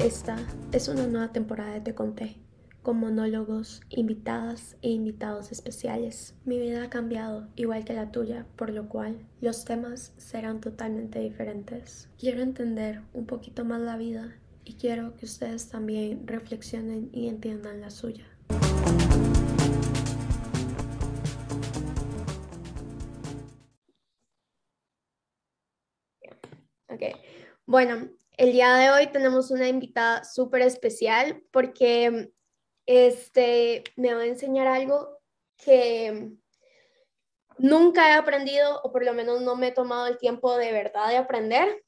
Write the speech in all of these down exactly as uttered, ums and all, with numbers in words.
Esta es una nueva temporada de Te Conté, con monólogos, invitadas e invitados especiales. Mi vida ha cambiado, igual que la tuya, por lo cual los temas serán totalmente diferentes. Quiero entender un poquito más la vida y quiero que ustedes también reflexionen y entiendan la suya. Ok, bueno, el día de hoy tenemos una invitada súper especial porque este, me va a enseñar algo que nunca he aprendido, o por lo menos no me he tomado el tiempo de verdad de aprender,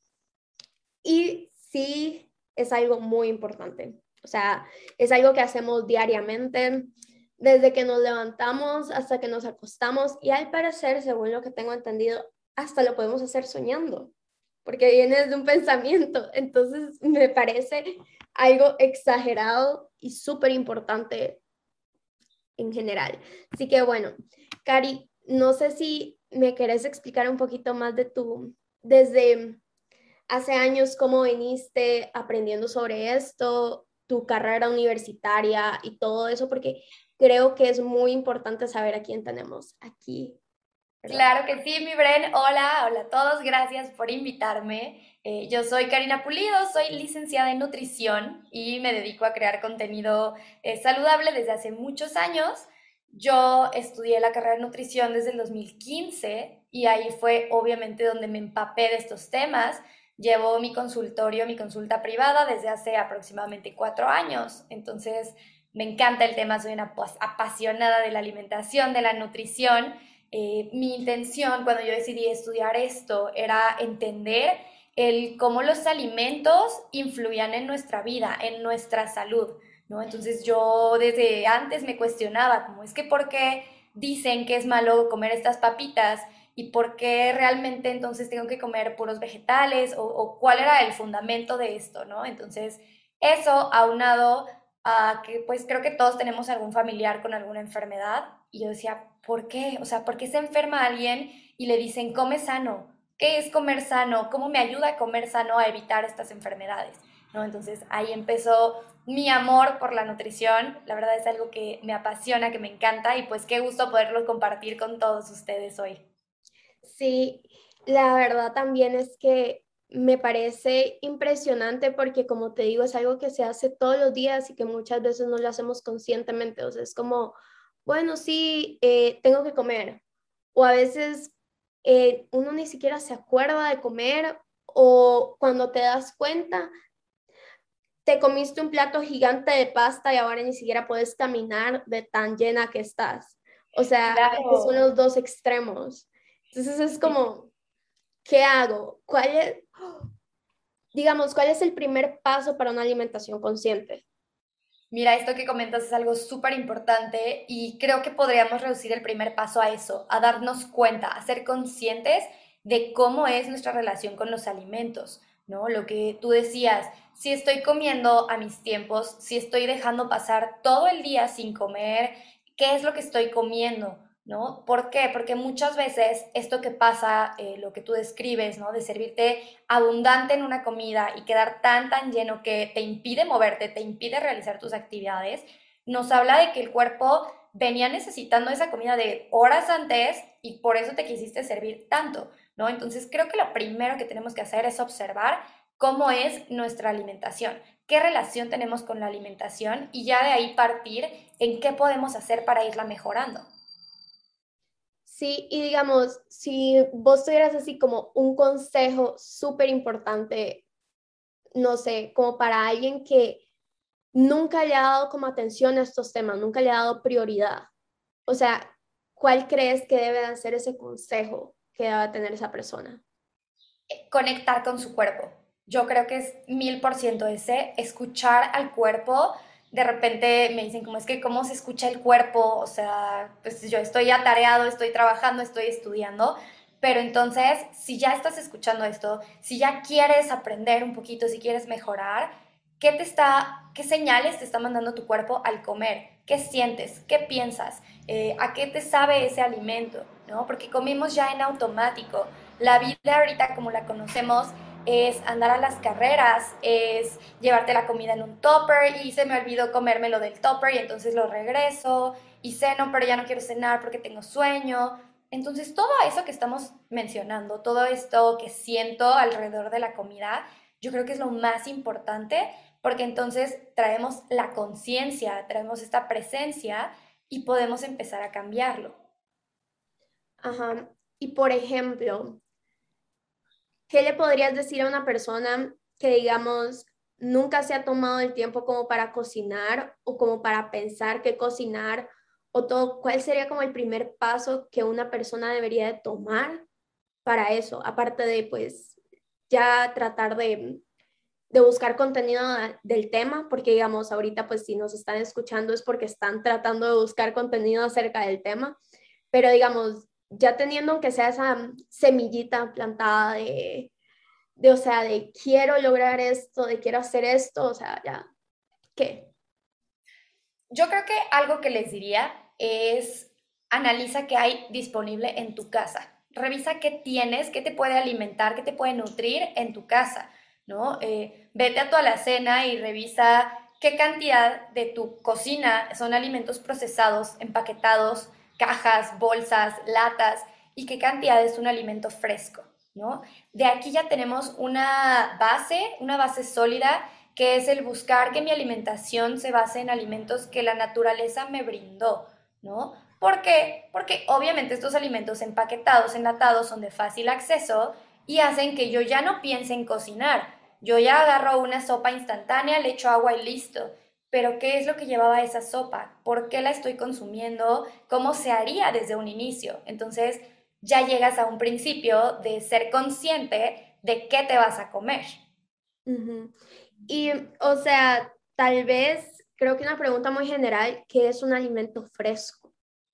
y sí es algo muy importante. O sea, es algo que hacemos diariamente, desde que nos levantamos hasta que nos acostamos, y al parecer, según lo que tengo entendido, hasta lo podemos hacer soñando, porque viene desde un pensamiento. Entonces, me parece algo exagerado y súper importante en general. Así que bueno, Cari, no sé si me querés explicar un poquito más de tu, desde hace años, cómo viniste aprendiendo sobre esto, tu carrera universitaria y todo eso, porque creo que es muy importante saber a quién tenemos aquí, ¿verdad? Claro que sí, mi Bren. Hola, hola a todos. Gracias por invitarme. Eh, yo soy Karina Pulido, soy licenciada en nutrición y me dedico a crear contenido eh, saludable desde hace muchos años. Yo estudié la carrera de nutrición desde el dos mil quince y ahí fue obviamente donde me empapé de estos temas. Llevo mi consultorio, mi consulta privada desde hace aproximadamente cuatro años. Entonces, me encanta el tema, soy una apasionada de la alimentación, de la nutrición. Eh, mi intención cuando yo decidí estudiar esto era entender el cómo los alimentos influían en nuestra vida, en nuestra salud, ¿no? Entonces yo desde antes me cuestionaba, como es que por qué dicen que es malo comer estas papitas y por qué realmente entonces tengo que comer puros vegetales o, o cuál era el fundamento de esto, ¿no? Entonces eso aunado a que pues creo que todos tenemos algún familiar con alguna enfermedad y yo decía, ¿por qué? O sea, ¿por qué se enferma alguien y le dicen, come sano? ¿Qué es comer sano? ¿Cómo me ayuda a comer sano a evitar estas enfermedades? ¿No? Entonces ahí empezó mi amor por la nutrición. La verdad es algo que me apasiona, que me encanta y pues qué gusto poderlo compartir con todos ustedes hoy. Sí, la verdad también es que me parece impresionante porque, como te digo, es algo que se hace todos los días y que muchas veces no lo hacemos conscientemente. O sea, es como, bueno, sí, eh, tengo que comer. O a veces eh, uno ni siquiera se acuerda de comer, o cuando te das cuenta, te comiste un plato gigante de pasta y ahora ni siquiera puedes caminar de tan llena que estás. O sea, esos son Claro. los dos extremos. Entonces es como, ¿qué hago? ¿Cuál es, digamos, cuál es el primer paso para una alimentación consciente? Mira, esto que comentas es algo súper importante y creo que podríamos reducir el primer paso a eso, a darnos cuenta, a ser conscientes de cómo es nuestra relación con los alimentos, ¿no? Lo que tú decías, si estoy comiendo a mis tiempos, si estoy dejando pasar todo el día sin comer, ¿qué es lo que estoy comiendo? ¿No? ¿Por qué? Porque muchas veces esto que pasa, eh, lo que tú describes, ¿no? De servirte abundante en una comida y quedar tan, tan lleno que te impide moverte, te impide realizar tus actividades, nos habla de que el cuerpo venía necesitando esa comida de horas antes y por eso te quisiste servir tanto, ¿no? Entonces creo que lo primero que tenemos que hacer es observar cómo es nuestra alimentación, qué relación tenemos con la alimentación y ya de ahí partir en qué podemos hacer para irla mejorando. Sí, y digamos, si vos tuvieras así como un consejo súper importante, no sé, como para alguien que nunca le ha dado como atención a estos temas, nunca le ha dado prioridad. O sea, ¿cuál crees que debe de ser ese consejo que debe tener esa persona? Conectar con su cuerpo. Yo creo que es mil por ciento ese, escuchar al cuerpo. De repente me dicen, como es que, ¿cómo se escucha el cuerpo? O sea, pues yo estoy atareado, estoy trabajando, estoy estudiando, pero entonces, si ya estás escuchando esto, si ya quieres aprender un poquito, si quieres mejorar, ¿qué te está, qué señales te está mandando tu cuerpo al comer? ¿Qué sientes? ¿Qué piensas? Eh, ¿A qué te sabe ese alimento? ¿No? Porque comemos ya en automático. La vida ahorita como la conocemos es andar a las carreras, es llevarte la comida en un tupper y se me olvidó comérmelo del tupper y entonces lo regreso y ceno, pero ya no quiero cenar porque tengo sueño. Entonces, todo eso que estamos mencionando, todo esto que siento alrededor de la comida, yo creo que es lo más importante porque entonces traemos la conciencia, traemos esta presencia y podemos empezar a cambiarlo. Ajá. Y por ejemplo, ¿qué le podrías decir a una persona que, digamos, nunca se ha tomado el tiempo como para cocinar o como para pensar qué cocinar o todo? ¿Cuál sería como el primer paso que una persona debería de tomar para eso? Aparte de, pues, ya tratar de, de buscar contenido del tema, porque, digamos, ahorita, pues, si nos están escuchando es porque están tratando de buscar contenido acerca del tema, pero, digamos, ya teniendo aunque sea esa semillita plantada de de, o sea, de quiero lograr esto, de quiero hacer esto, o sea, ya, ¿qué? Yo creo que algo que les diría es analiza qué hay disponible en tu casa. Revisa qué tienes, qué te puede alimentar, qué te puede nutrir en tu casa, ¿no? Eh, vete a tu alacena y revisa qué cantidad de tu cocina son alimentos procesados, empaquetados, cajas, bolsas, latas, y qué cantidad es un alimento fresco, ¿no? De aquí ya tenemos una base, una base sólida que es el buscar que mi alimentación se base en alimentos que la naturaleza me brindó, ¿no? ¿Por qué? Porque obviamente estos alimentos empaquetados, enlatados, son de fácil acceso y hacen que yo ya no piense en cocinar. Yo ya agarro una sopa instantánea, le echo agua y listo. Pero ¿qué es lo que llevaba esa sopa? ¿Por qué la estoy consumiendo? ¿Cómo se haría desde un inicio? Entonces ya llegas a un principio de ser consciente de qué te vas a comer. Ujú. Y, o sea, tal vez, creo que una pregunta muy general, ¿qué es un alimento fresco?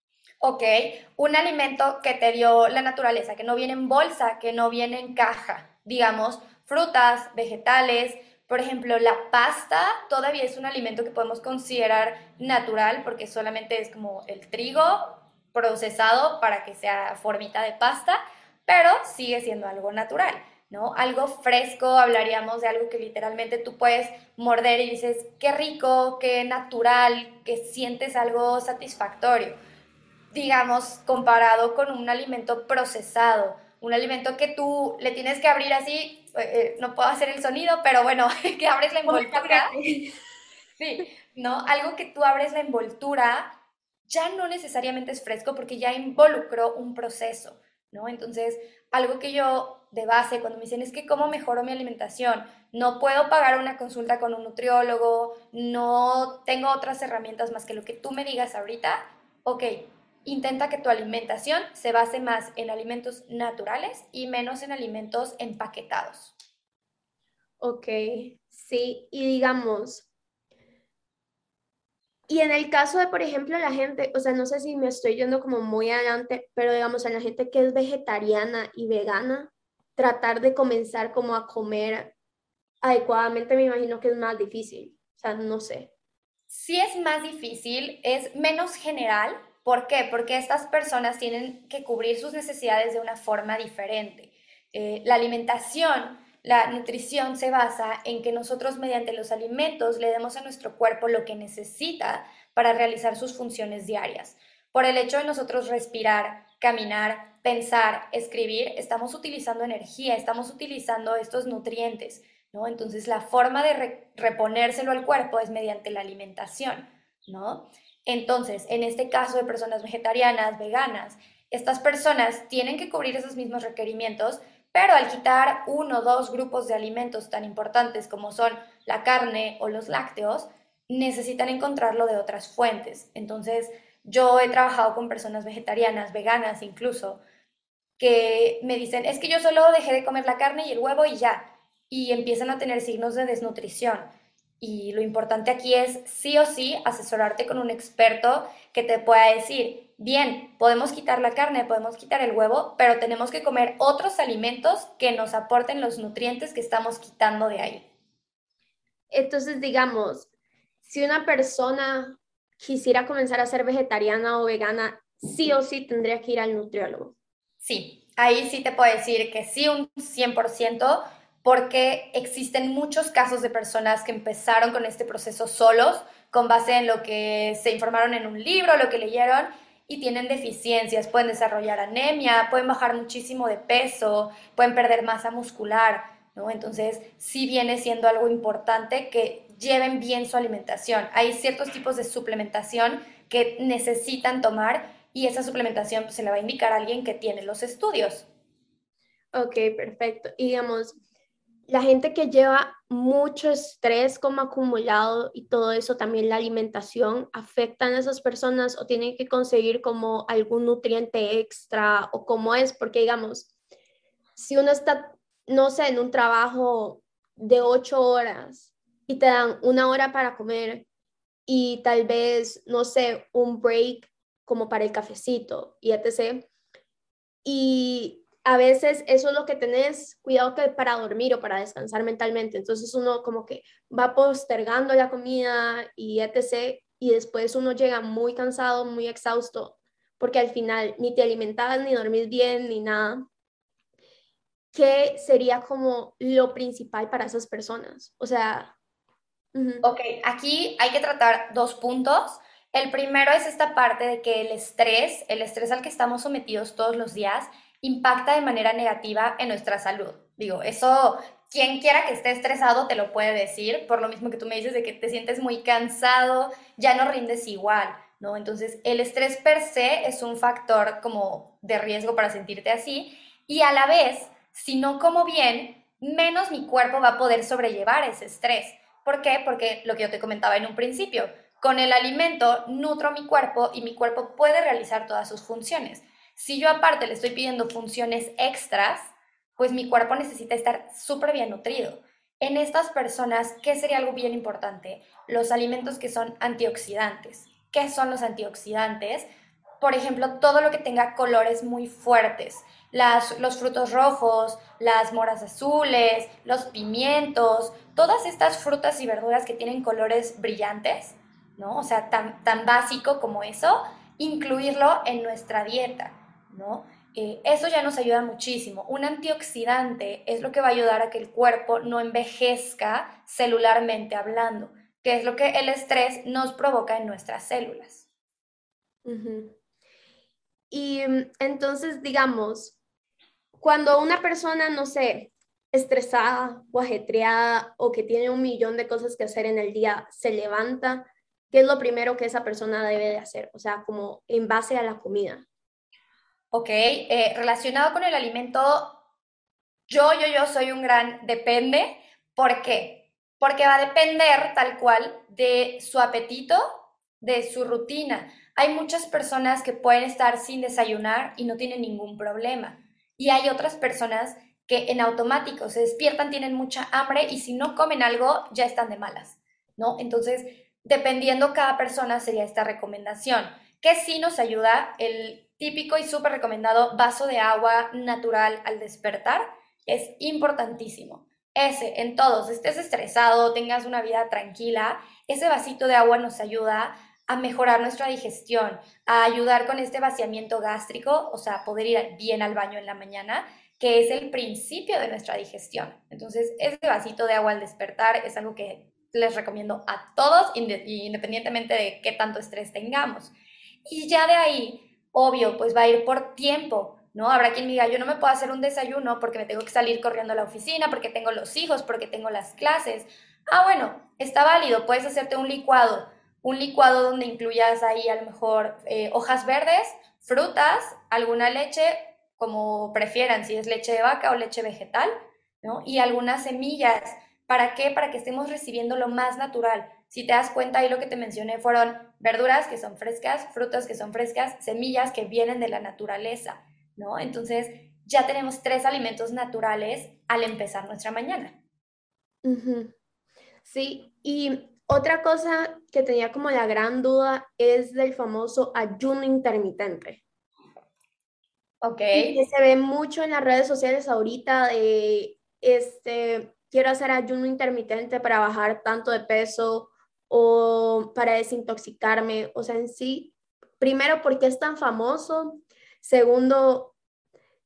Ok, un alimento que te dio la naturaleza, que no viene en bolsa, que no viene en caja, digamos, frutas, vegetales. Por ejemplo, la pasta todavía es un alimento que podemos considerar natural porque solamente es como el trigo procesado para que sea formita de pasta, pero sigue siendo algo natural, ¿no? Algo fresco, hablaríamos de algo que literalmente tú puedes morder y dices, qué rico, qué natural, que sientes algo satisfactorio, digamos, comparado con un alimento procesado, un alimento que tú le tienes que abrir así, eh, eh, no puedo hacer el sonido, pero bueno, que abres la Como el envoltura, paquete. sí, ¿no? Algo que tú abres la envoltura ya no necesariamente es fresco porque ya involucró un proceso, ¿no? Entonces, algo que yo de base, cuando me dicen, es que cómo mejoro mi alimentación, no puedo pagar una consulta con un nutriólogo, no tengo otras herramientas más que lo que tú me digas ahorita, ok, intenta que tu alimentación se base más en alimentos naturales y menos en alimentos empaquetados. Ok, sí, y digamos, y en el caso de, por ejemplo, la gente, o sea, no sé si me estoy yendo como muy adelante, pero digamos, a la gente que es vegetariana y vegana, tratar de comenzar como a comer adecuadamente, me imagino que es más difícil, o sea, no sé. Si es más difícil, es menos general. ¿Por qué? Porque estas personas tienen que cubrir sus necesidades de una forma diferente. Eh, la alimentación, la nutrición se basa en que nosotros mediante los alimentos le demos a nuestro cuerpo lo que necesita para realizar sus funciones diarias. Por el hecho de nosotros respirar, caminar, pensar, escribir, estamos utilizando energía, estamos utilizando estos nutrientes, ¿no? Entonces la forma de re reponérselo al cuerpo es mediante la alimentación, ¿no? Entonces, en este caso de personas vegetarianas, veganas, estas personas tienen que cubrir esos mismos requerimientos, pero al quitar uno o dos grupos de alimentos tan importantes como son la carne o los lácteos, necesitan encontrarlo de otras fuentes. Entonces, yo he trabajado con personas vegetarianas, veganas incluso, que me dicen, es que yo solo dejé de comer la carne y el huevo y ya, y empiezan a tener signos de desnutrición. Y lo importante aquí es sí o sí asesorarte con un experto que te pueda decir, bien, podemos quitar la carne, podemos quitar el huevo, pero tenemos que comer otros alimentos que nos aporten los nutrientes que estamos quitando de ahí. Entonces, digamos, si una persona quisiera comenzar a ser vegetariana o vegana, sí o sí tendría que ir al nutriólogo. Sí, ahí sí te puedo decir que sí, un cien por ciento, porque existen muchos casos de personas que empezaron con este proceso solos, con base en lo que se informaron en un libro, lo que leyeron, y tienen deficiencias, pueden desarrollar anemia, pueden bajar muchísimo de peso, pueden perder masa muscular, ¿no? Entonces, sí viene siendo algo importante que lleven bien su alimentación. Hay ciertos tipos de suplementación que necesitan tomar y esa suplementación pues, se le va a indicar a alguien que tiene los estudios. Ok, perfecto. Y digamos, la gente que lleva mucho estrés como acumulado y todo eso, también la alimentación, ¿afectan a esas personas o tienen que conseguir como algún nutriente extra o cómo es? Porque digamos, si uno está, no sé, en un trabajo de ocho horas y te dan una hora para comer y tal vez, no sé, un break como para el cafecito y etcétera. Y a veces eso es lo que tenés, cuidado que para dormir o para descansar mentalmente. Entonces uno como que va postergando la comida y etcétera. Y después uno llega muy cansado, muy exhausto, porque al final ni te alimentas, ni dormís bien, ni nada. ¿Qué sería como lo principal para esas personas? O sea, uh-huh. Ok, aquí hay que tratar dos puntos. El primero es esta parte de que el estrés, el estrés al que estamos sometidos todos los días, impacta de manera negativa en nuestra salud. Digo, eso quien quiera que esté estresado te lo puede decir, por lo mismo que tú me dices de que te sientes muy cansado, ya no rindes igual, ¿no? Entonces, el estrés per se es un factor como de riesgo para sentirte así y a la vez, si no como bien, menos mi cuerpo va a poder sobrellevar ese estrés. ¿Por qué? Porque lo que yo te comentaba en un principio, con el alimento nutro mi cuerpo y mi cuerpo puede realizar todas sus funciones. Si yo aparte le estoy pidiendo funciones extras, pues mi cuerpo necesita estar súper bien nutrido. En estas personas, ¿qué sería algo bien importante? Los alimentos que son antioxidantes. ¿Qué son los antioxidantes? Por ejemplo, todo lo que tenga colores muy fuertes. Las, los frutos rojos, las moras azules, los pimientos, todas estas frutas y verduras que tienen colores brillantes, ¿no? O sea, tan, tan básico como eso, incluirlo en nuestra dieta, ¿no? Eh, eso ya nos ayuda muchísimo. Un antioxidante es lo que va a ayudar a que el cuerpo no envejezca celularmente hablando, que es lo que el estrés nos provoca en nuestras células. Uh-huh. Y mm, entonces, digamos, cuando una persona, no sé, estresada o ajetreada o que tiene un millón de cosas que hacer en el día, se levanta, ¿qué es lo primero que esa persona debe de hacer? O sea, como en base a la comida. Ok, eh, relacionado con el alimento, yo, yo, yo soy un gran depende. ¿Por qué? Porque va a depender tal cual de su apetito, de su rutina. Hay muchas personas que pueden estar sin desayunar y no tienen ningún problema. Y hay otras personas que en automático se despiertan, tienen mucha hambre y si no comen algo ya están de malas, ¿no? Entonces, dependiendo cada persona sería esta recomendación, que sí nos ayuda el típico y súper recomendado vaso de agua natural al despertar es importantísimo. Ese, en todos, estés estresado, tengas una vida tranquila, ese vasito de agua nos ayuda a mejorar nuestra digestión, a ayudar con este vaciamiento gástrico, o sea, poder ir bien al baño en la mañana, que es el principio de nuestra digestión. Entonces, ese vasito de agua al despertar es algo que les recomiendo a todos, independientemente de qué tanto estrés tengamos. Y ya de ahí, obvio, pues va a ir por tiempo. ¿No? Habrá quien diga, yo no me puedo hacer un desayuno porque me tengo que salir corriendo a la oficina, porque tengo los hijos, porque tengo las clases. Ah, bueno, está válido, puedes hacerte un licuado, un licuado donde incluyas ahí a lo mejor eh, hojas verdes, frutas, alguna leche, como prefieran, si es leche de vaca o leche vegetal, ¿no? Y algunas semillas. ¿Para qué? Para que estemos recibiendo lo más natural. Si te das cuenta, ahí lo que te mencioné fueron verduras que son frescas, frutas que son frescas, semillas que vienen de la naturaleza. ¿No? Entonces ya tenemos tres alimentos naturales al empezar nuestra mañana. Uh-huh. Sí, y otra cosa que tenía como la gran duda es del famoso ayuno intermitente. Ok. Y que se ve mucho en las redes sociales ahorita de, este, quiero hacer ayuno intermitente para bajar tanto de peso o para desintoxicarme. O sea, en sí, primero, ¿por qué es tan famoso? Segundo,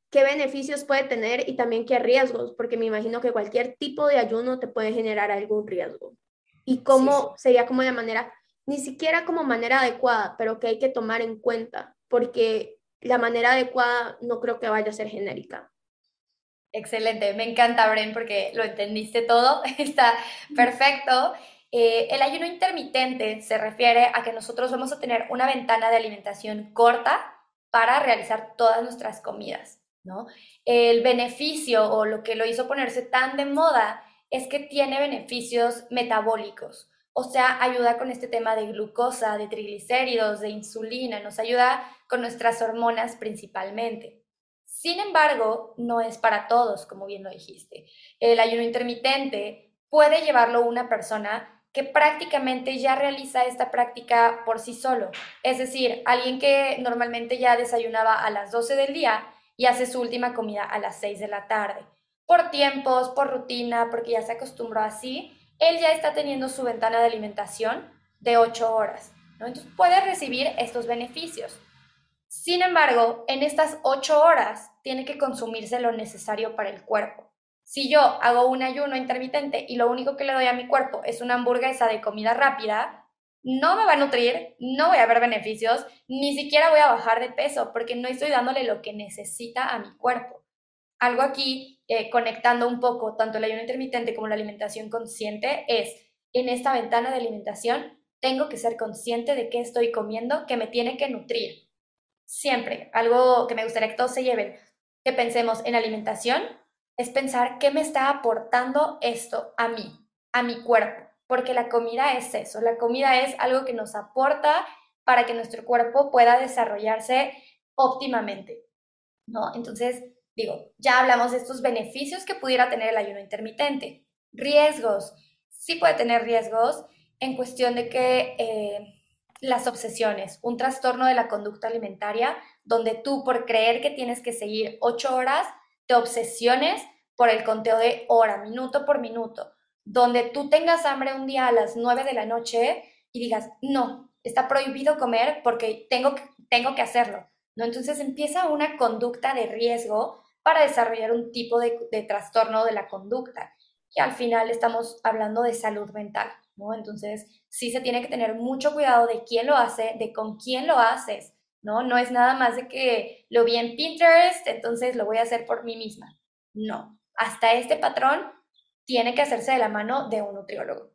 qué beneficios puede tener y también qué riesgos, porque me imagino que cualquier tipo de ayuno te puede generar algún riesgo. Y Sí, sí. cómo sería como la manera, ni siquiera como manera adecuada, pero que hay que tomar en cuenta, porque la manera adecuada no creo que vaya a ser genérica. Excelente, me encanta, Bren, porque lo entendiste todo, está perfecto. Eh, el ayuno intermitente se refiere a que nosotros vamos a tener una ventana de alimentación corta para realizar todas nuestras comidas, ¿no? El beneficio o lo que lo hizo ponerse tan de moda es que tiene beneficios metabólicos, o sea, ayuda con este tema de glucosa, de triglicéridos, de insulina, nos ayuda con nuestras hormonas principalmente. Sin embargo, no es para todos, como bien lo dijiste. El ayuno intermitente puede llevarlo una persona que prácticamente ya realiza esta práctica por sí solo. Es decir, alguien que normalmente ya desayunaba a las doce del día y hace su última comida a las seis de la tarde. Por tiempos, por rutina, porque ya se acostumbró así, él ya está teniendo su ventana de alimentación de ocho horas, ¿no? Entonces puede recibir estos beneficios. Sin embargo, en estas ocho horas tiene que consumirse lo necesario para el cuerpo. Si yo hago un ayuno intermitente y lo único que le doy a mi cuerpo es una hamburguesa de comida rápida, no me va a nutrir, no voy a ver beneficios, ni siquiera voy a bajar de peso porque no estoy dándole lo que necesita a mi cuerpo. Algo aquí, eh, conectando un poco tanto el ayuno intermitente como la alimentación consciente, es en esta ventana de alimentación tengo que ser consciente de qué estoy comiendo que me tiene que nutrir. Siempre, algo que me gustaría que todos se lleven, que pensemos en alimentación, es pensar qué me está aportando esto a mí, a mi cuerpo, porque la comida es eso, la comida es algo que nos aporta para que nuestro cuerpo pueda desarrollarse óptimamente, ¿no? Entonces, digo, ya hablamos de estos beneficios que pudiera tener el ayuno intermitente. Riesgos, sí puede tener riesgos en cuestión de que eh, las obsesiones, un trastorno de la conducta alimentaria, donde tú por creer que tienes que seguir ocho horas, te obsesiones por el conteo de hora, minuto por minuto, donde tú tengas hambre un día a las nueve de la noche y digas, no, está prohibido comer porque tengo que, tengo que hacerlo, ¿no? Entonces empieza una conducta de riesgo para desarrollar un tipo de, de trastorno de la conducta. Y al final estamos hablando de salud mental, ¿no? Entonces sí se tiene que tener mucho cuidado de quién lo hace, de con quién lo haces, ¿no? No es nada más de que lo vi en Pinterest, entonces lo voy a hacer por mí misma. No, hasta este patrón tiene que hacerse de la mano de un nutriólogo.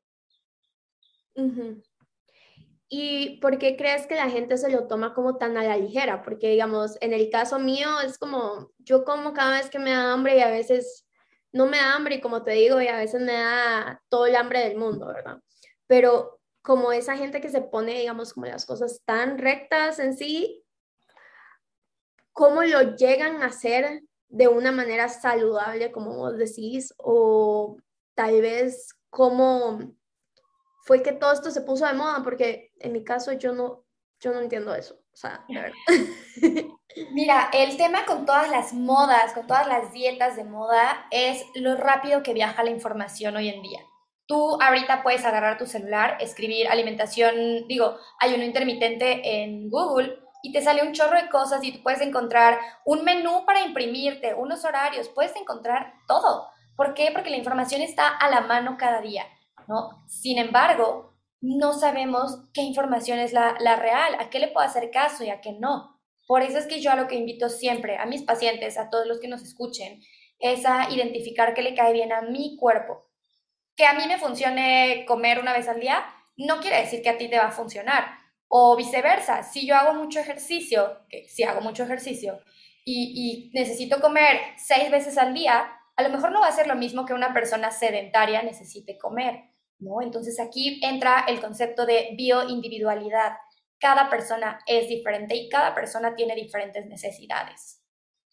Ujú. ¿Y por qué crees que la gente se lo toma como tan a la ligera? Porque, digamos, en el caso mío es como, yo como cada vez que me da hambre y a veces no me da hambre y como te digo, y a veces me da todo el hambre del mundo, ¿verdad? Pero como esa gente que se pone, digamos, como las cosas tan rectas en sí, ¿cómo lo llegan a hacer de una manera saludable, como vos decís? O tal vez cómo fue que todo esto se puso de moda, porque en mi caso yo no, yo no entiendo eso, o sea, de verdad. Mira, el tema con todas las modas, con todas las dietas de moda, es lo rápido que viaja la información hoy en día. Tú ahorita puedes agarrar tu celular, escribir alimentación, digo, ayuno intermitente en Google y te sale un chorro de cosas y tú puedes encontrar un menú para imprimirte, unos horarios, puedes encontrar todo. ¿Por qué? Porque la información está a la mano cada día, ¿no? Sin embargo, no sabemos qué información es la, la real, a qué le puedo hacer caso y a qué no. Por eso es que yo a lo que invito siempre a mis pacientes, a todos los que nos escuchen, es a identificar qué le cae bien a mi cuerpo. Que a mí me funcione comer una vez al día, no quiere decir que a ti te va a funcionar. O viceversa, si yo hago mucho ejercicio, que si hago mucho ejercicio, y, y necesito comer seis veces al día, a lo mejor no va a ser lo mismo que una persona sedentaria necesite comer, ¿no? Entonces aquí entra el concepto de bioindividualidad. Cada persona es diferente y cada persona tiene diferentes necesidades.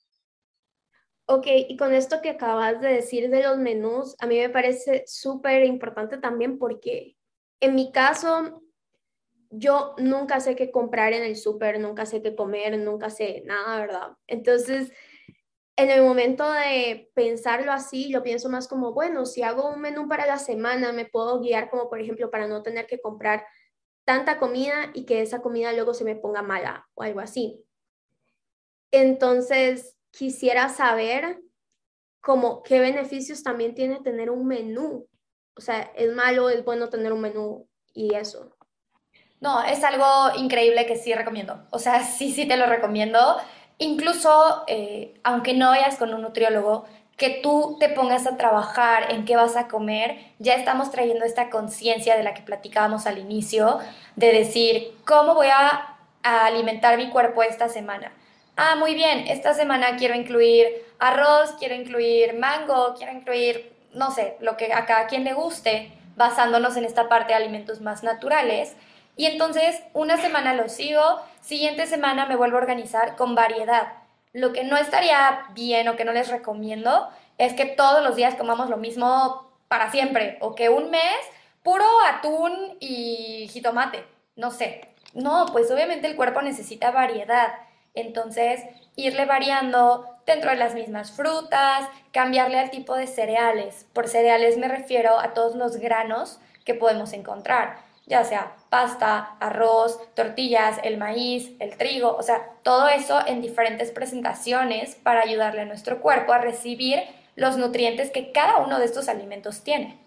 Ok, y con esto que acabas de decir de los menús, a mí me parece súper importante también porque en mi caso, yo nunca sé qué comprar en el súper, nunca sé qué comer, nunca sé nada, ¿verdad? Entonces, en el momento de pensarlo así, lo pienso más como, bueno, si hago un menú para la semana, me puedo guiar como, por ejemplo, para no tener que comprar tanta comida y que esa comida luego se me ponga mala o algo así. Entonces, quisiera saber como qué beneficios también tiene tener un menú. O sea, ¿es malo, es bueno tener un menú y eso? No, es algo increíble que sí recomiendo. O sea, sí, sí te lo recomiendo. Incluso, eh, aunque no vayas con un nutriólogo, que tú te pongas a trabajar en qué vas a comer, ya estamos trayendo esta conciencia de la que platicábamos al inicio, de decir, ¿cómo voy a, a alimentar mi cuerpo esta semana? Ah, muy bien, esta semana quiero incluir arroz, quiero incluir mango, quiero incluir, no sé, lo que a cada quien le guste, basándonos en esta parte de alimentos más naturales. Y entonces una semana lo sigo, siguiente semana me vuelvo a organizar con variedad. Lo que no estaría bien o que no les recomiendo es que todos los días comamos lo mismo para siempre o que un mes puro atún y jitomate, no sé. No, pues obviamente el cuerpo necesita variedad. Entonces, irle variando dentro de las mismas frutas, cambiarle al tipo de cereales. Por cereales me refiero a todos los granos que podemos encontrar, ya sea pasta, arroz, tortillas, el maíz, el trigo, o sea, todo eso en diferentes presentaciones para ayudarle a nuestro cuerpo a recibir los nutrientes que cada uno de estos alimentos tiene.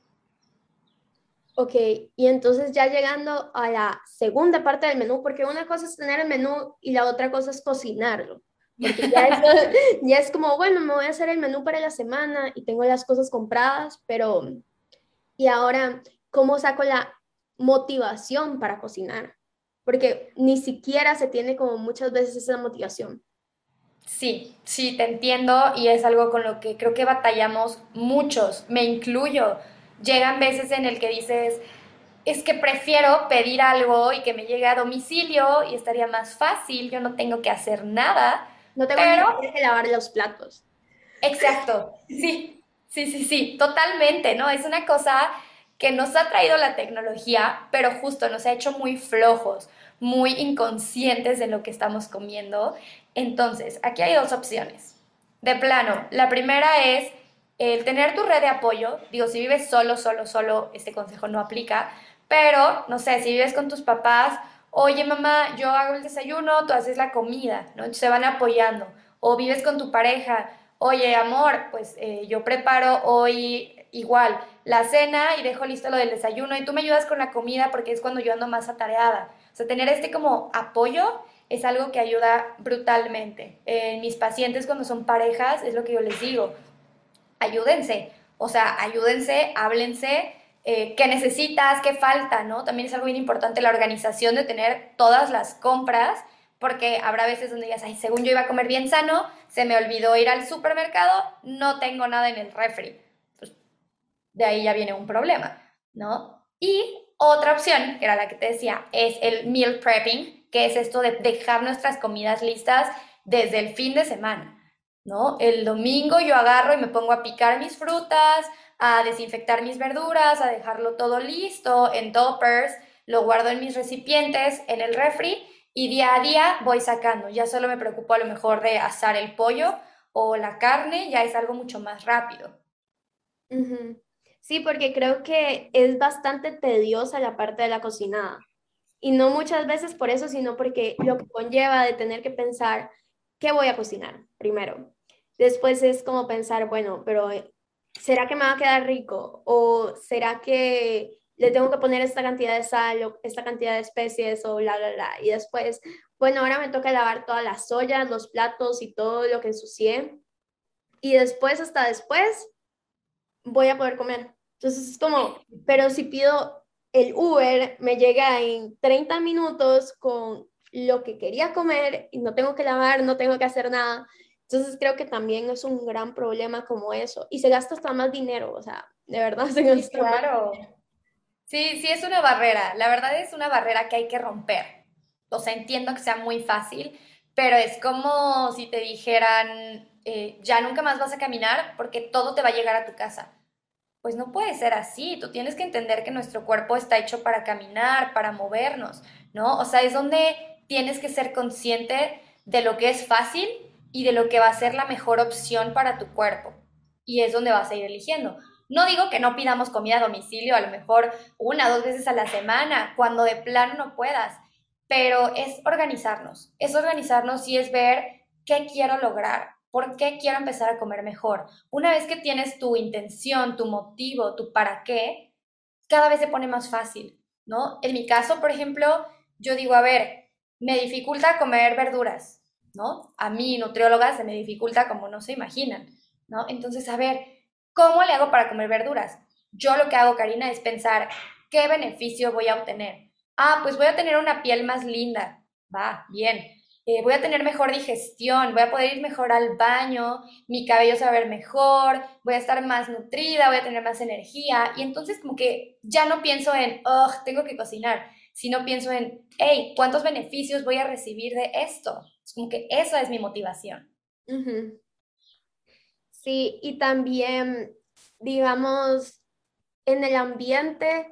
Ok, y entonces ya llegando a la segunda parte del menú, porque una cosa es tener el menú y la otra cosa es cocinarlo, porque ya, eso, ya es como, bueno, me voy a hacer el menú para la semana y tengo las cosas compradas, pero ¿y ahora cómo saco la motivación para cocinar? Porque ni siquiera se tiene como muchas veces esa motivación. Sí, sí, te entiendo y es algo con lo que creo que batallamos muchos, me incluyo. Llegan veces en el que dices, es que prefiero pedir algo y que me llegue a domicilio y estaría más fácil, yo no tengo que hacer nada, No tengo ni pero siquiera que lavar los platos. exacto, sí, sí, sí, sí, totalmente, ¿no? Es una cosa que nos ha traído la tecnología, pero justo nos ha hecho muy flojos, muy inconscientes de lo que estamos comiendo. Entonces, aquí hay dos opciones. De plano, la primera es el tener tu red de apoyo. Digo, si vives solo, solo, solo, este consejo no aplica, pero, no sé, si vives con tus papás, oye mamá, yo hago el desayuno, tú haces la comida, ¿no? Se van apoyando. O vives con tu pareja, oye, amor, pues eh, yo preparo hoy igual la cena y dejo listo lo del desayuno y tú me ayudas con la comida porque es cuando yo ando más atareada. O sea, tener este como apoyo es algo que ayuda brutalmente. En mis pacientes cuando son parejas es lo que yo les digo, ayúdense, o sea, ayúdense, háblense, eh, qué necesitas, qué falta, ¿no? También es algo bien importante la organización de tener todas las compras, porque habrá veces donde digas, ay, según yo iba a comer bien sano, se me olvidó ir al supermercado, no tengo nada en el refri. Pues de ahí ya viene un problema, ¿no? Y otra opción, que era la que te decía, es el meal prepping, que es esto de dejar nuestras comidas listas desde el fin de semana. ¿No? El domingo yo agarro y me pongo a picar mis frutas, a desinfectar mis verduras, a dejarlo todo listo en toppers, lo guardo en mis recipientes, en el refri y día a día voy sacando. Ya solo me preocupo a lo mejor de asar el pollo o la carne, ya es algo mucho más rápido. Ujú. Sí, porque creo que es bastante tediosa la parte de la cocinada. Y no muchas veces por eso, sino porque lo que conlleva de tener que pensar qué voy a cocinar primero. Después es como pensar, bueno, pero eh, ¿será que me va a quedar rico? ¿O será que le tengo que poner esta cantidad de sal o esta cantidad de especies o bla, bla, bla? Y después, bueno, ahora me toca lavar todas las ollas, los platos y todo lo que ensucié. Y después, hasta después, voy a poder comer. Entonces es como, pero si pido el Uber, me llega en treinta minutos con lo que quería comer y no tengo que lavar, no tengo que hacer nada. Entonces creo que también es un gran problema como eso. Y se gasta hasta más dinero, o sea, de verdad se Sí, gasta más. claro. Sí, sí es una barrera. La verdad es una barrera que hay que romper. O sea, entiendo que sea muy fácil, pero es como si te dijeran, eh, ya nunca más vas a caminar porque todo te va a llegar a tu casa. Pues no puede ser así. Tú tienes que entender que nuestro cuerpo está hecho para caminar, para movernos, ¿no? O sea, es donde tienes que ser consciente de lo que es fácil y de lo que va a ser la mejor opción para tu cuerpo. Y es donde vas a ir eligiendo. No digo que no pidamos comida a domicilio, a lo mejor una o dos veces a la semana, cuando de plano no puedas, pero es organizarnos. Es organizarnos y es ver qué quiero lograr, por qué quiero empezar a comer mejor. Una vez que tienes tu intención, tu motivo, tu para qué, cada vez se pone más fácil, ¿no? En mi caso, por ejemplo, yo digo, a ver, me dificulta comer verduras, ¿no? A mí, nutrióloga, se me dificulta como no se imaginan, ¿no? Entonces, a ver, ¿cómo le hago para comer verduras? Yo lo que hago, Karina, es pensar, ¿qué beneficio voy a obtener? Ah, pues voy a tener una piel más linda, va, bien. Eh, voy a tener mejor digestión, voy a poder ir mejor al baño, mi cabello se va a ver mejor, voy a estar más nutrida, voy a tener más energía. Y entonces como que ya no pienso en, oh, tengo que cocinar, sino pienso en, hey, ¿cuántos beneficios voy a recibir de esto? Es como que esa es mi motivación. Ujú. Sí, y también, digamos, en el ambiente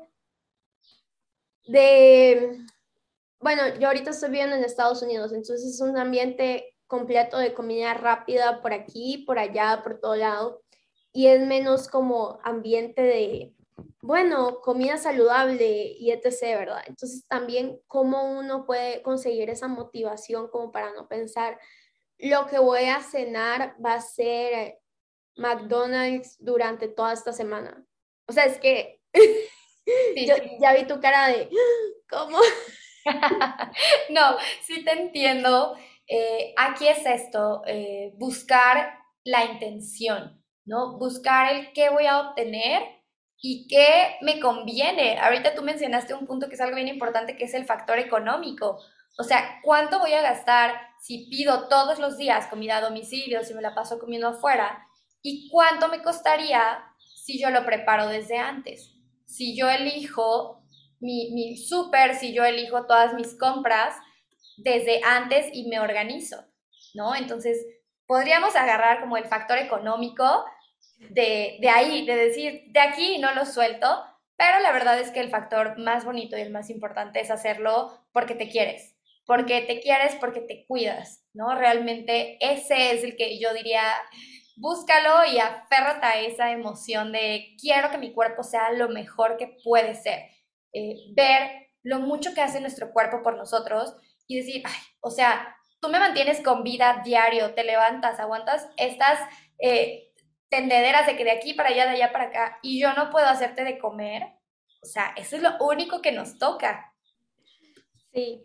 de, bueno, yo ahorita estoy viviendo en Estados Unidos, entonces es un ambiente completo de comida rápida por aquí, por allá, por todo lado, y es menos como ambiente de, bueno, comida saludable y etcétera, ¿verdad? Entonces también cómo uno puede conseguir esa motivación como para no pensar, lo que voy a cenar va a ser McDonald's durante toda esta semana. O sea, es que Sí, yo sí. ya vi tu cara de, ¿cómo? No, sí te entiendo. Eh, aquí es esto, eh, buscar la intención, ¿no? Buscar el qué voy a obtener y qué me conviene. Ahorita tú mencionaste un punto que es algo bien importante, que es el factor económico. O sea, ¿cuánto voy a gastar si pido todos los días comida a domicilio, si me la paso comiendo afuera? ¿Y cuánto me costaría si yo lo preparo desde antes? Si yo elijo mi, mi súper, si yo elijo todas mis compras desde antes y me organizo, ¿no? Entonces, podríamos agarrar como el factor económico de, de ahí, de decir, de aquí no lo suelto, pero la verdad es que el factor más bonito y el más importante es hacerlo porque te quieres, porque te quieres, porque te cuidas, ¿no? Realmente ese es el que yo diría, búscalo y aférrate a esa emoción de quiero que mi cuerpo sea lo mejor que puede ser. Eh, ver lo mucho que hace nuestro cuerpo por nosotros y decir, ay, o sea, tú me mantienes con vida diario, te levantas, aguantas estas eh, tendederas de que de aquí para allá, de allá para acá, y yo no puedo hacerte de comer. O sea, eso es lo único que nos toca. Sí,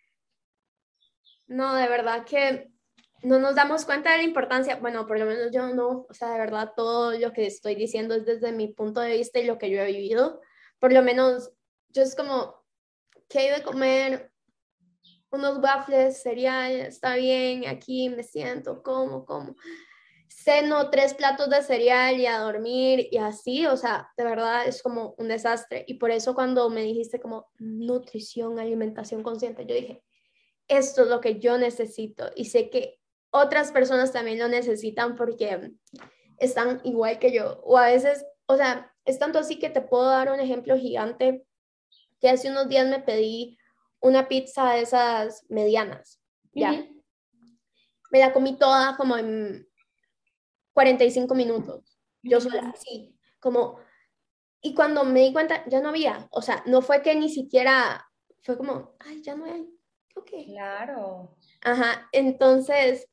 no, de verdad que no nos damos cuenta de la importancia, bueno, por lo menos yo no, o sea, de verdad todo lo que estoy diciendo es desde mi punto de vista y lo que yo he vivido. Por lo menos yo es como, ¿qué hay de comer? Unos waffles, cereal, está bien, aquí me siento, como, como. Ceno tres platos de cereal y a dormir y así, o sea, de verdad es como un desastre. Y por eso cuando me dijiste como nutrición, alimentación consciente, yo dije, esto es lo que yo necesito y sé que otras personas también lo necesitan porque están igual que yo. O a veces, o sea, es tanto así que te puedo dar un ejemplo gigante que hace unos días me pedí una pizza de esas medianas, Uh -huh. ya. Me la comí toda como en cuarenta y cinco minutos, yo sola, Mm, así, como, y cuando me di cuenta, ya no había, o sea, no fue que ni siquiera, fue como, ay, ya no hay, ok. claro. Ajá, entonces,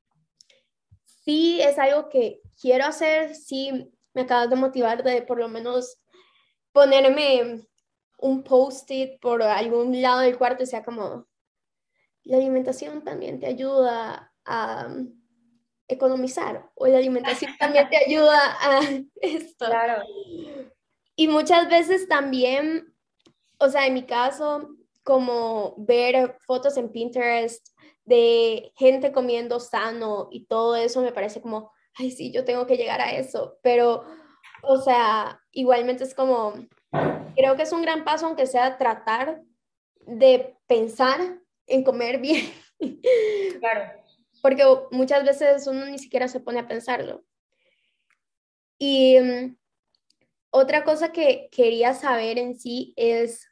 sí es algo que quiero hacer, sí me acabas de motivar de por lo menos ponerme un post-it por algún lado del cuarto y sea como, la alimentación también te ayuda a economizar o la alimentación también te ayuda a esto. Claro. Y muchas veces también, o sea, en mi caso, como ver fotos en Pinterest de gente comiendo sano y todo eso me parece como, ay, sí, yo tengo que llegar a eso, pero, o sea, igualmente es como, creo que es un gran paso, aunque sea tratar de pensar en comer bien, Claro. porque muchas veces uno ni siquiera se pone a pensarlo. Y um, otra cosa que quería saber en sí es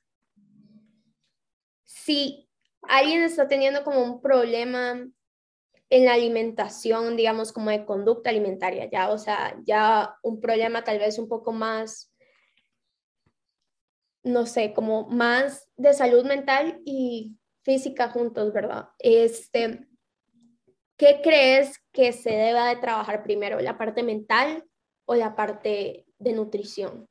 si alguien está teniendo como un problema en la alimentación, digamos, como de conducta alimentaria, ya, o sea, ya un problema tal vez un poco más, no sé, como más de salud mental y física juntos, ¿verdad? Este, ¿qué crees que se deba de trabajar primero, la parte mental o la parte de nutrición?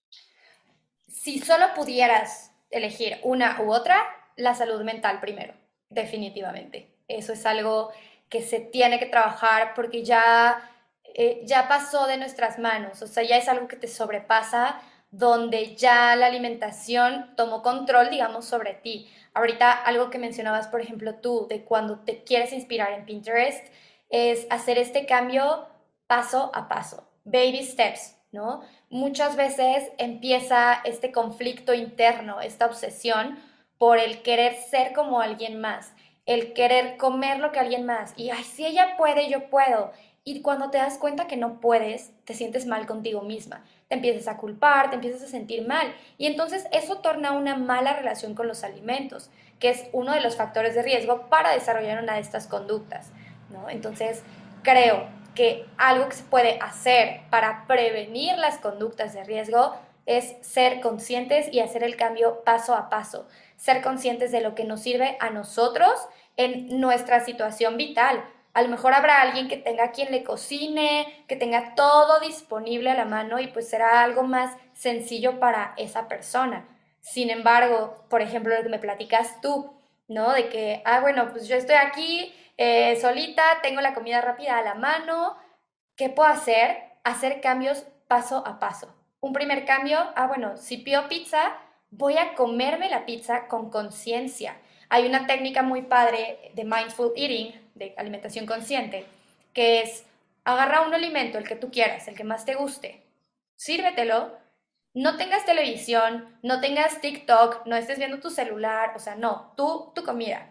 Si solo pudieras elegir una u otra, la salud mental primero, definitivamente. Eso es algo que se tiene que trabajar porque ya, eh, ya pasó de nuestras manos, o sea, ya es algo que te sobrepasa, donde ya la alimentación tomó control, digamos, sobre ti. Ahorita algo que mencionabas, por ejemplo, tú, de cuando te quieres inspirar en Pinterest, es hacer este cambio paso a paso, baby steps, ¿no? Muchas veces empieza este conflicto interno, esta obsesión por el querer ser como alguien más, el querer comer lo que alguien más. Y, ay, si ella puede, yo puedo. Y cuando te das cuenta que no puedes, te sientes mal contigo misma. Te empiezas a culpar, te empiezas a sentir mal. Y entonces eso torna una mala relación con los alimentos, que es uno de los factores de riesgo para desarrollar una de estas conductas, ¿no? Entonces, creo que algo que se puede hacer para prevenir las conductas de riesgo es ser conscientes y hacer el cambio paso a paso, ser conscientes de lo que nos sirve a nosotros en nuestra situación vital. A lo mejor habrá alguien que tenga quien le cocine, que tenga todo disponible a la mano y pues será algo más sencillo para esa persona. Sin embargo, por ejemplo, lo que me platicas tú, ¿no? De que, ah, bueno, pues yo estoy aquí eh, solita, tengo la comida rápida a la mano. ¿Qué puedo hacer? Hacer cambios paso a paso. Un primer cambio, ah, bueno, si pido pizza, voy a comerme la pizza con conciencia. Hay una técnica muy padre de mindful eating, de alimentación consciente, que es agarra un alimento, el que tú quieras, el que más te guste, sírvetelo, no tengas televisión, no tengas TikTok, no estés viendo tu celular, o sea, no, tú, tu comida.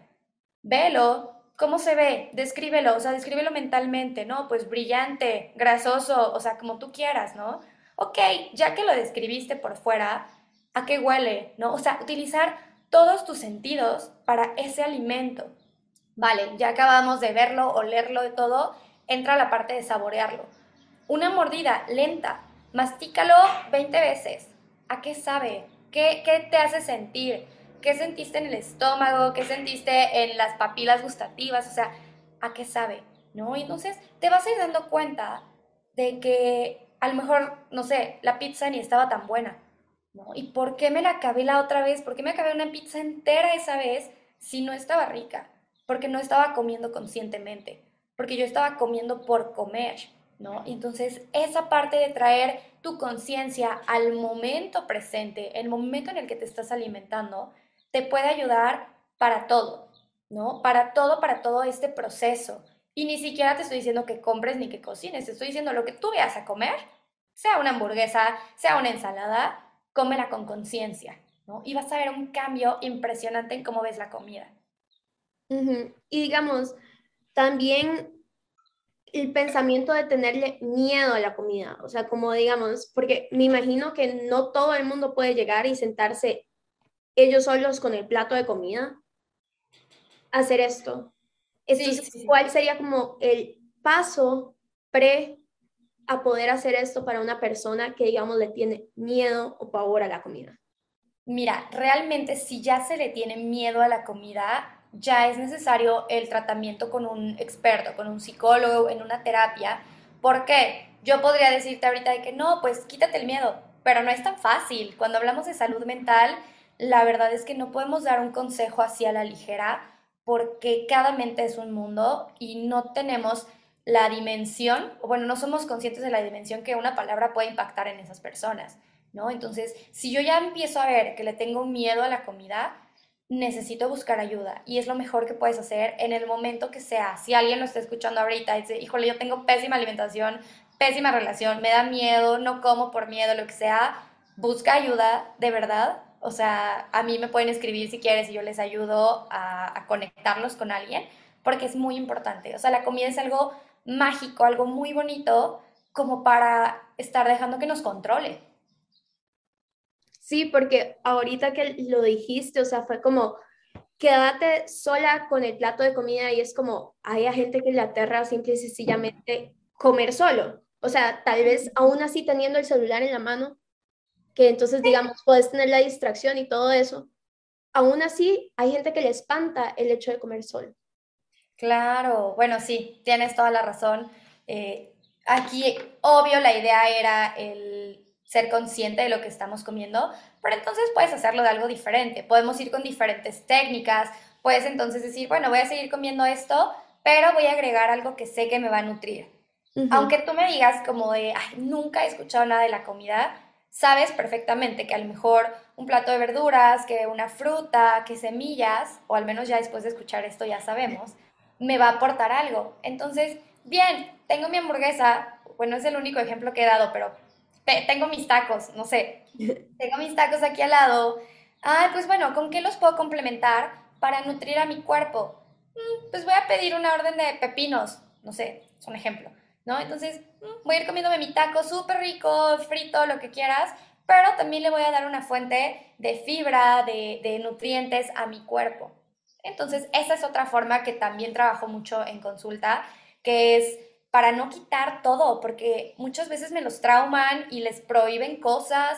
Velo, ¿cómo se ve? Descríbelo, o sea, descríbelo mentalmente, ¿no? Pues brillante, grasoso, o sea, como tú quieras, ¿no? Ok, ya que lo describiste por fuera, ¿a qué huele? ¿No? O sea, utilizar todos tus sentidos para ese alimento. Vale, ya acabamos de verlo, olerlo, de todo, entra la parte de saborearlo. Una mordida lenta, mastícalo veinte veces. ¿A qué sabe? ¿Qué, qué te hace sentir? ¿Qué sentiste en el estómago? ¿Qué sentiste en las papilas gustativas? O sea, ¿a qué sabe? ¿No? Y entonces te vas a ir dando cuenta de que a lo mejor, no sé, la pizza ni estaba tan buena, ¿no? ¿Y por qué me la acabé la otra vez? ¿Por qué me acabé una pizza entera esa vez si no estaba rica? Porque no estaba comiendo conscientemente, porque yo estaba comiendo por comer, ¿no? Entonces, esa parte de traer tu conciencia al momento presente, el momento en el que te estás alimentando, te puede ayudar para todo, ¿no? Para todo, para todo este proceso. Y ni siquiera te estoy diciendo que compres ni que cocines, te estoy diciendo lo que tú vayas a comer, sea una hamburguesa, sea una ensalada, cómela con conciencia, ¿no? Y vas a ver un cambio impresionante en cómo ves la comida. Ujú. Y digamos, también el pensamiento de tenerle miedo a la comida, o sea, como digamos, porque me imagino que no todo el mundo puede llegar y sentarse ellos solos con el plato de comida a hacer esto. Sí, sí, Entonces, sí. ¿cuál sería como el paso pre a poder hacer esto para una persona que, digamos, le tiene miedo o pavor a la comida? Mira, realmente si ya se le tiene miedo a la comida, ya es necesario el tratamiento con un experto, con un psicólogo, en una terapia. ¿Por qué? Yo podría decirte ahorita de que no, pues quítate el miedo, pero no es tan fácil. Cuando hablamos de salud mental, la verdad es que no podemos dar un consejo así a la ligera porque cada mente es un mundo y no tenemos la dimensión, o bueno, no somos conscientes de la dimensión que una palabra puede impactar en esas personas. ¿No? Entonces, si yo ya empiezo a ver que le tengo miedo a la comida, necesito buscar ayuda y es lo mejor que puedes hacer en el momento que sea. Si alguien lo está escuchando ahorita y dice, híjole, yo tengo pésima alimentación, pésima relación, me da miedo, no como por miedo, lo que sea, busca ayuda, de verdad. O sea, a mí me pueden escribir si quieres y yo les ayudo a, a conectarlos con alguien, porque es muy importante. O sea, la comida es algo mágico, algo muy bonito, como para estar dejando que nos controle. Sí, porque ahorita que lo dijiste, o sea, fue como, quédate sola con el plato de comida y es como, hay a gente que le aterra simple y sencillamente comer solo. O sea, tal vez aún así teniendo el celular en la mano, que entonces, digamos, puedes tener la distracción y todo eso, aún así hay gente que le espanta el hecho de comer solo. Claro, bueno, sí, tienes toda la razón. Eh, Aquí, obvio, la idea era el ser consciente de lo que estamos comiendo, pero entonces puedes hacerlo de algo diferente. Podemos ir con diferentes técnicas. Puedes entonces decir, bueno, voy a seguir comiendo esto, pero voy a agregar algo que sé que me va a nutrir. Ujú, Aunque tú me digas como de, ay, nunca he escuchado nada de la comida, sabes perfectamente que a lo mejor un plato de verduras, que una fruta, que semillas, o al menos ya después de escuchar esto ya sabemos, me va a aportar algo. Entonces, bien, tengo mi hamburguesa, bueno, es el único ejemplo que he dado, pero te- tengo mis tacos, no sé, tengo mis tacos aquí al lado. Ah, pues bueno, ¿con qué los puedo complementar para nutrir a mi cuerpo? Mm, pues voy a pedir una orden de pepinos, no sé, es un ejemplo, ¿no? Entonces, mm, voy a ir comiéndome mi taco súper rico, frito, lo que quieras, pero también le voy a dar una fuente de fibra, de, de nutrientes a mi cuerpo. Entonces, esa es otra forma que también trabajo mucho en consulta, que es para no quitar todo, porque muchas veces me los trauman y les prohíben cosas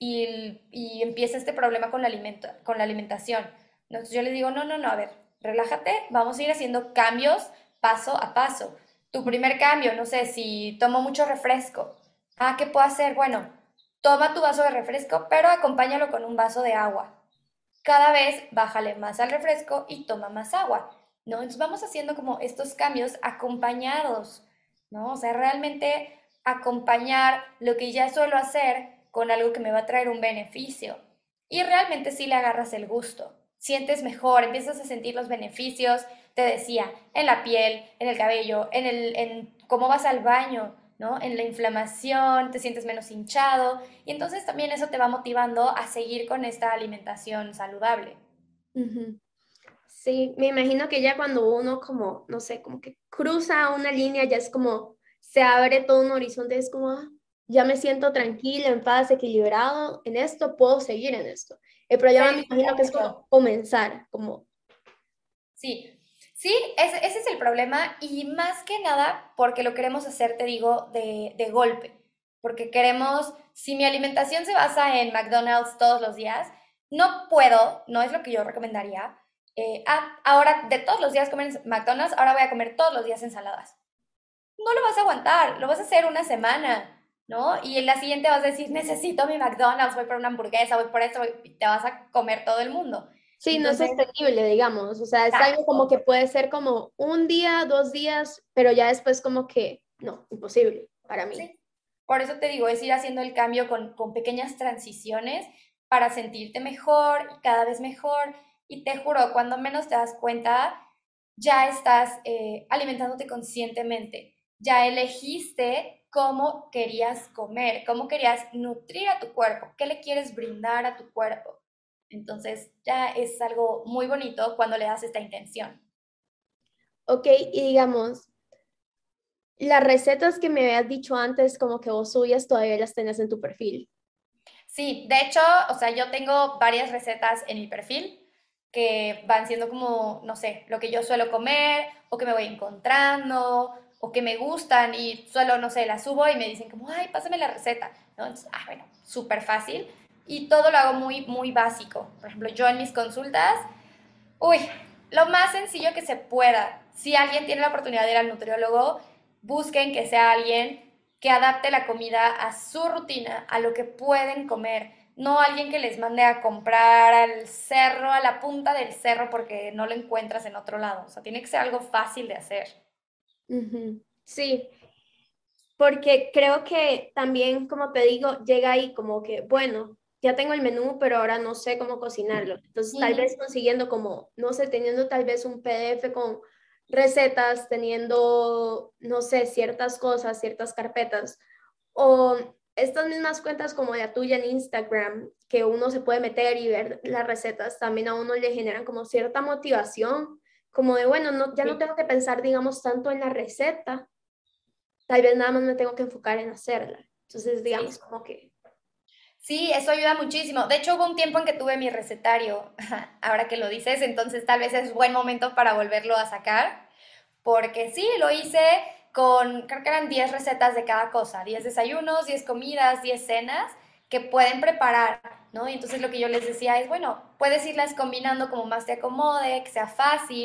y, y empieza este problema con la, alimento, con la alimentación. Entonces yo les digo, no, no, no, a ver, relájate, vamos a ir haciendo cambios paso a paso. Tu primer cambio, no sé, si tomo mucho refresco, ah, ¿qué puedo hacer? Bueno, toma tu vaso de refresco, pero acompáñalo con un vaso de agua. Cada vez bájale más al refresco y toma más agua, ¿no? Entonces vamos haciendo como estos cambios acompañados, ¿no? O sea, realmente acompañar lo que ya suelo hacer con algo que me va a traer un beneficio. Y realmente sí le agarras el gusto, sientes mejor, empiezas a sentir los beneficios, te decía, en la piel, en el cabello, en, el, en cómo vas al baño, ¿no? En la inflamación, te sientes menos hinchado y entonces también eso te va motivando a seguir con esta alimentación saludable. ujú. Sí, me imagino que ya cuando uno como, no sé, como que cruza una línea, ya es como, se abre todo un horizonte, es como, ah, ya me siento tranquila, en paz, equilibrado en esto, puedo seguir en esto. El problema me imagino que es Exacto. como comenzar, como, Sí, sí, ese, ese es el problema y más que nada porque lo queremos hacer, te digo, de, de golpe, porque queremos, si mi alimentación se basa en McDonald's todos los días, no puedo, no es lo que yo recomendaría. Eh, ah, ahora de todos los días comer en McDonald's, ahora voy a comer todos los días ensaladas. No lo vas a aguantar, lo vas a hacer una semana, ¿no? Y en la siguiente vas a decir, necesito mi McDonald's, voy por una hamburguesa, voy por esto, voy- y te vas a comer todo el mundo. sí, no es Entonces, sostenible, digamos, o sea, es algo como exacto. que puede ser como un día, dos días, pero ya después como que, no, imposible para mí. Sí. Por eso te digo, es ir haciendo el cambio con, con pequeñas transiciones para sentirte mejor y cada vez mejor. Y te juro, cuando menos te das cuenta, ya estás eh, alimentándote conscientemente. Ya elegiste cómo querías comer, cómo querías nutrir a tu cuerpo, qué le quieres brindar a tu cuerpo. Entonces ya es algo muy bonito cuando le das esta intención. Ok, y digamos, las recetas que me habías dicho antes, como que vos subías, todavía las tenés en tu perfil. Sí, de hecho, o sea, yo tengo varias recetas en mi perfil que van siendo como, no sé, lo que yo suelo comer o que me voy encontrando o que me gustan y suelo, no sé, las subo y me dicen como, ay, pásame la receta, ¿no? Entonces, ah, bueno, súper fácil y todo lo hago muy, muy básico. Por ejemplo, yo en mis consultas, uy, lo más sencillo que se pueda. Si alguien tiene la oportunidad de ir al nutriólogo, busquen que sea alguien que adapte la comida a su rutina, a lo que pueden comer. No alguien que les mande a comprar al cerro, a la punta del cerro, porque no lo encuentras en otro lado. O sea, tiene que ser algo fácil de hacer. Ujú. Sí, porque creo que también, como te digo, llega ahí como que, bueno, ya tengo el menú, pero ahora no sé cómo cocinarlo. Entonces, tal vez Ujú. consiguiendo como, no sé, teniendo tal vez un P D F con recetas, teniendo, no sé, ciertas cosas, ciertas carpetas, o estas mismas cuentas como la tuya en Instagram, que uno se puede meter y ver las recetas, también a uno le generan como cierta motivación, como de, bueno, no, ya no Sí. tengo que pensar, digamos, tanto en la receta, tal vez nada más me tengo que enfocar en hacerla. Entonces, digamos, Sí. como que, Sí, eso ayuda muchísimo. De hecho, hubo un tiempo en que tuve mi recetario, ahora que lo dices, entonces tal vez es buen momento para volverlo a sacar, porque sí, lo hice con, creo que eran diez recetas de cada cosa, diez desayunos, diez comidas, diez cenas que pueden preparar, ¿no? Y entonces lo que yo les decía es, bueno, puedes irlas combinando como más te acomode, que sea fácil,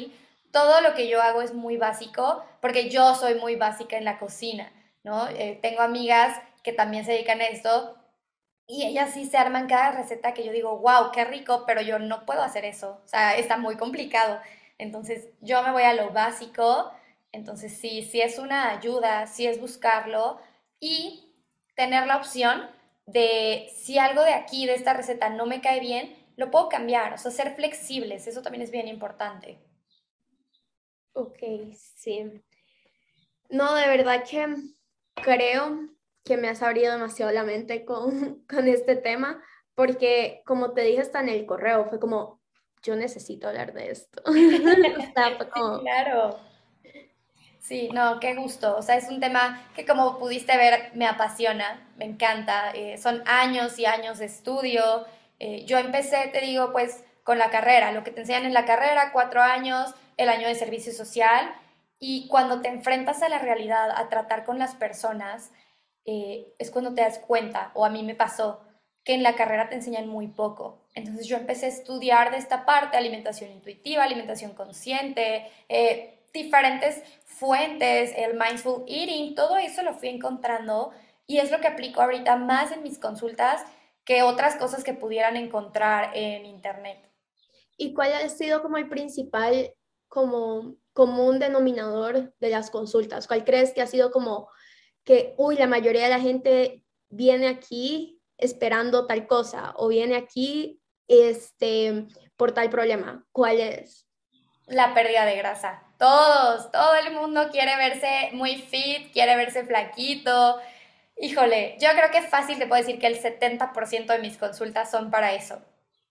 todo lo que yo hago es muy básico porque yo soy muy básica en la cocina, ¿no? Eh, tengo amigas que también se dedican a esto y ellas sí se arman cada receta que yo digo, wow, qué rico, pero yo no puedo hacer eso, o sea, está muy complicado. Entonces yo me voy a lo básico, entonces sí, sí es una ayuda, sí es buscarlo y tener la opción de si algo de aquí, de esta receta no me cae bien, lo puedo cambiar, o sea, ser flexibles, eso también es bien importante. Ok, sí. No, de verdad que creo que me has abrido demasiado la mente con, con este tema, porque como te dije hasta en el correo, fue como, yo necesito hablar de esto. O sea, fue Sí, como, claro. Sí, no, qué gusto. O sea, es un tema que como pudiste ver me apasiona, me encanta. Eh, son años y años de estudio. Eh, yo empecé, te digo, pues con la carrera, lo que te enseñan en la carrera, cuatro años, el año de servicio social. Y cuando te enfrentas a la realidad, a tratar con las personas, eh, es cuando te das cuenta, o a mí me pasó, que en la carrera te enseñan muy poco. Entonces yo empecé a estudiar de esta parte, alimentación intuitiva, alimentación consciente, eh, diferentes fuentes, el mindful eating, todo eso lo fui encontrando y es lo que aplico ahorita más en mis consultas que otras cosas que pudieran encontrar en internet. ¿y cuál ha sido como el principal, como común denominador de las consultas? ¿Cuál crees que ha sido como que, uy, la mayoría de la gente viene aquí esperando tal cosa o viene aquí este, por tal problema? ¿Cuál es? La pérdida de grasa. Todos, todo el mundo quiere verse muy fit, quiere verse flaquito. Híjole, yo creo que es fácil, te puedo decir que el setenta por ciento de mis consultas son para eso.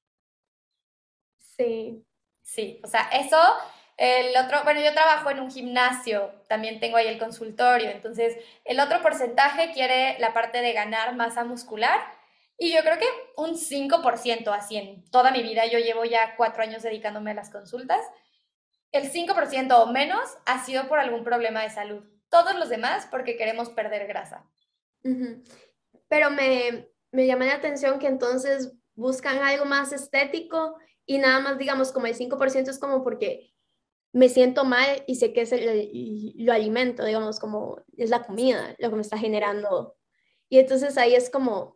Sí. Sí, o sea, eso, el otro, bueno, yo trabajo en un gimnasio, también tengo ahí el consultorio, entonces el otro porcentaje quiere la parte de ganar masa muscular y yo creo que un cinco por ciento así en toda mi vida, yo llevo ya cuatro años dedicándome a las consultas, el cinco por ciento o menos ha sido por algún problema de salud, todos los demás porque queremos perder grasa. Ujú. Pero me, me llama la atención que entonces buscan algo más estético y nada más, digamos, como el cinco por ciento es como porque me siento mal y sé que es el, el- lo alimento, digamos, como es la comida lo que me está generando. Y entonces ahí es como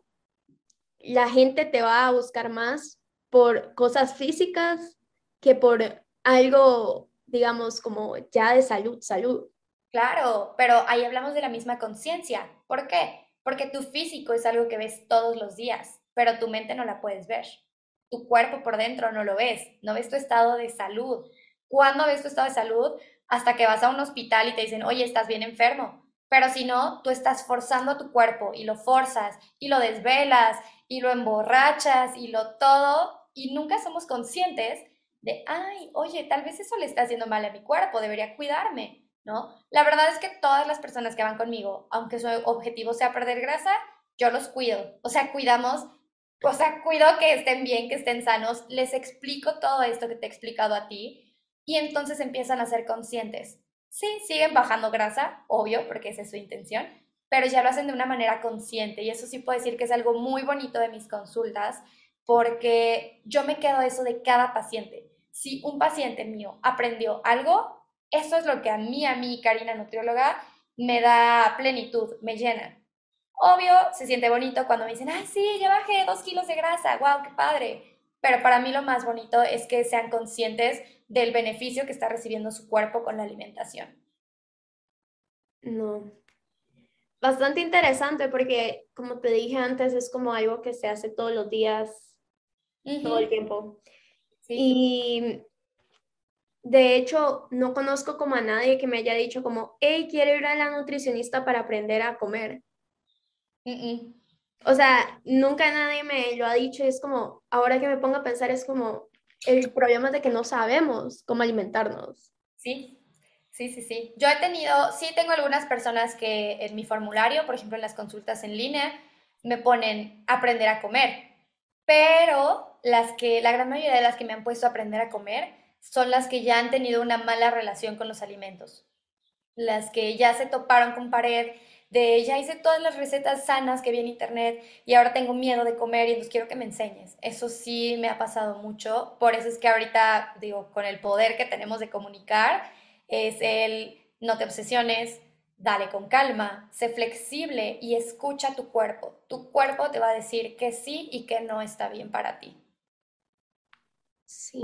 la gente te va a buscar más por cosas físicas que por algo, digamos, como ya de salud, salud. Claro, pero ahí hablamos de la misma conciencia. ¿Por qué? Porque tu físico es algo que ves todos los días, pero tu mente no la puedes ver. Tu cuerpo por dentro no lo ves, no ves tu estado de salud. ¿Cuándo ves tu estado de salud? Hasta que vas a un hospital y te dicen, oye, estás bien enfermo. Pero si no, tú estás forzando a tu cuerpo y lo forzas y lo desvelas y lo emborrachas y lo todo y nunca somos conscientes de, ay, oye, tal vez eso le está haciendo mal a mi cuerpo, debería cuidarme, ¿no? La verdad es que todas las personas que van conmigo, aunque su objetivo sea perder grasa, yo los cuido. O sea, cuidamos, o sea, cuido que estén bien, que estén sanos, les explico todo esto que te he explicado a ti y entonces empiezan a ser conscientes. Sí, siguen bajando grasa, obvio, porque esa es su intención, pero ya lo hacen de una manera consciente y eso sí puedo decir que es algo muy bonito de mis consultas porque yo me quedo eso de cada paciente. Si un paciente mío aprendió algo, eso es lo que a mí, a mí, Karina, nutrióloga, me da plenitud, me llena. Obvio, se siente bonito cuando me dicen, ay, sí, ya bajé dos kilos de grasa, wow, qué padre. Pero para mí lo más bonito es que sean conscientes del beneficio que está recibiendo su cuerpo con la alimentación. No, bastante interesante porque, como te dije antes, es como algo que se hace todos los días, todo el Ujú, tiempo. sí. Y de hecho, no conozco como a nadie que me haya dicho como, hey, quiero ir a la nutricionista para aprender a comer. Mm, mm. O sea, nunca nadie me lo ha dicho y es como, ahora que me pongo a pensar, es como, el problema es de que no sabemos cómo alimentarnos. Sí, sí, sí, sí. Yo he tenido, sí tengo algunas personas que en mi formulario, por ejemplo en las consultas en línea, me ponen aprender a comer, pero las que, la gran mayoría de las que me han puesto a aprender a comer son las que ya han tenido una mala relación con los alimentos, las que ya se toparon con pared de ya hice todas las recetas sanas que vi en internet y ahora tengo miedo de comer y entonces quiero que me enseñes. Eso sí me ha pasado mucho, por eso es que ahorita digo, con el poder que tenemos de comunicar, es el no te obsesiones, dale con calma, sé flexible y escucha tu cuerpo. Tu cuerpo te va a decir que sí y que no está bien para ti. Sí.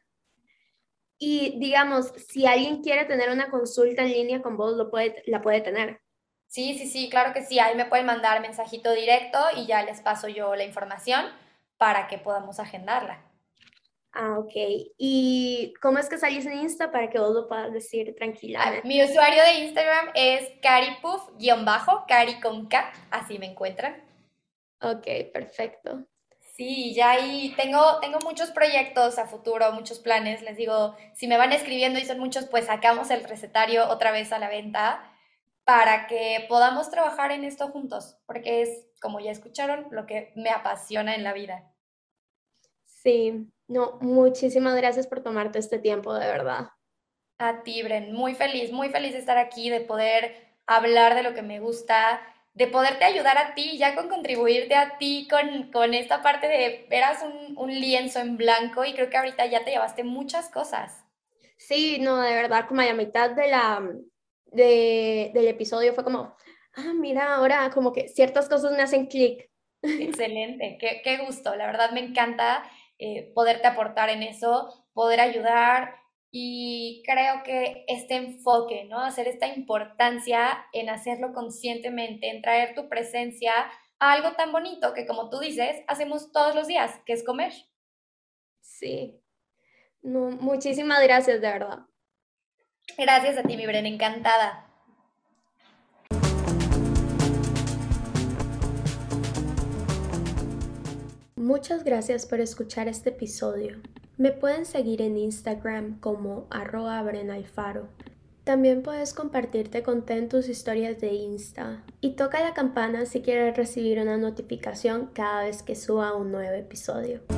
Y digamos, si alguien quiere tener una consulta en línea con vos, lo puede, la puede tener. Sí, sí, sí, claro que sí. Ahí me pueden mandar mensajito directo y ya les paso yo la información para que podamos agendarla. Ah, ok. ¿Y cómo es que salís en Insta para que vos lo puedas decir Ah, tranquilamente? mi usuario de Instagram es caripuff-bajo, cari con K, así me encuentran. Ok, perfecto. Sí, ya ahí tengo, tengo muchos proyectos a futuro, muchos planes. Les digo, si me van escribiendo y son muchos, pues sacamos el recetario otra vez a la venta para que podamos trabajar en esto juntos, porque es, como ya escucharon, lo que me apasiona en la vida. Sí, no, muchísimas gracias por tomarte este tiempo, de verdad. A ti, Bren, muy feliz, muy feliz de estar aquí, de poder hablar de lo que me gusta, de poderte ayudar a ti, ya con contribuirte a ti con, con esta parte de, eras un, un lienzo en blanco y creo que ahorita ya te llevaste muchas cosas. Sí, no, de verdad, como a la mitad de la, de, del episodio fue como, ah, mira, ahora como que ciertas cosas me hacen clic. Excelente, qué, qué gusto, la verdad me encanta eh, poderte aportar en eso, poder ayudar y creo que este enfoque, ¿no? Hacer esta importancia en hacerlo conscientemente, en traer tu presencia a algo tan bonito que como tú dices, hacemos todos los días, que es comer. Sí, no, muchísimas gracias, de verdad. Gracias a ti, mi Bren, encantada. Muchas gracias por escuchar este episodio. Me pueden seguir en Instagram como arroba brenalfaro. También puedes compartirte con Ten tus historias de Insta y toca la campana si quieres recibir una notificación cada vez que suba un nuevo episodio.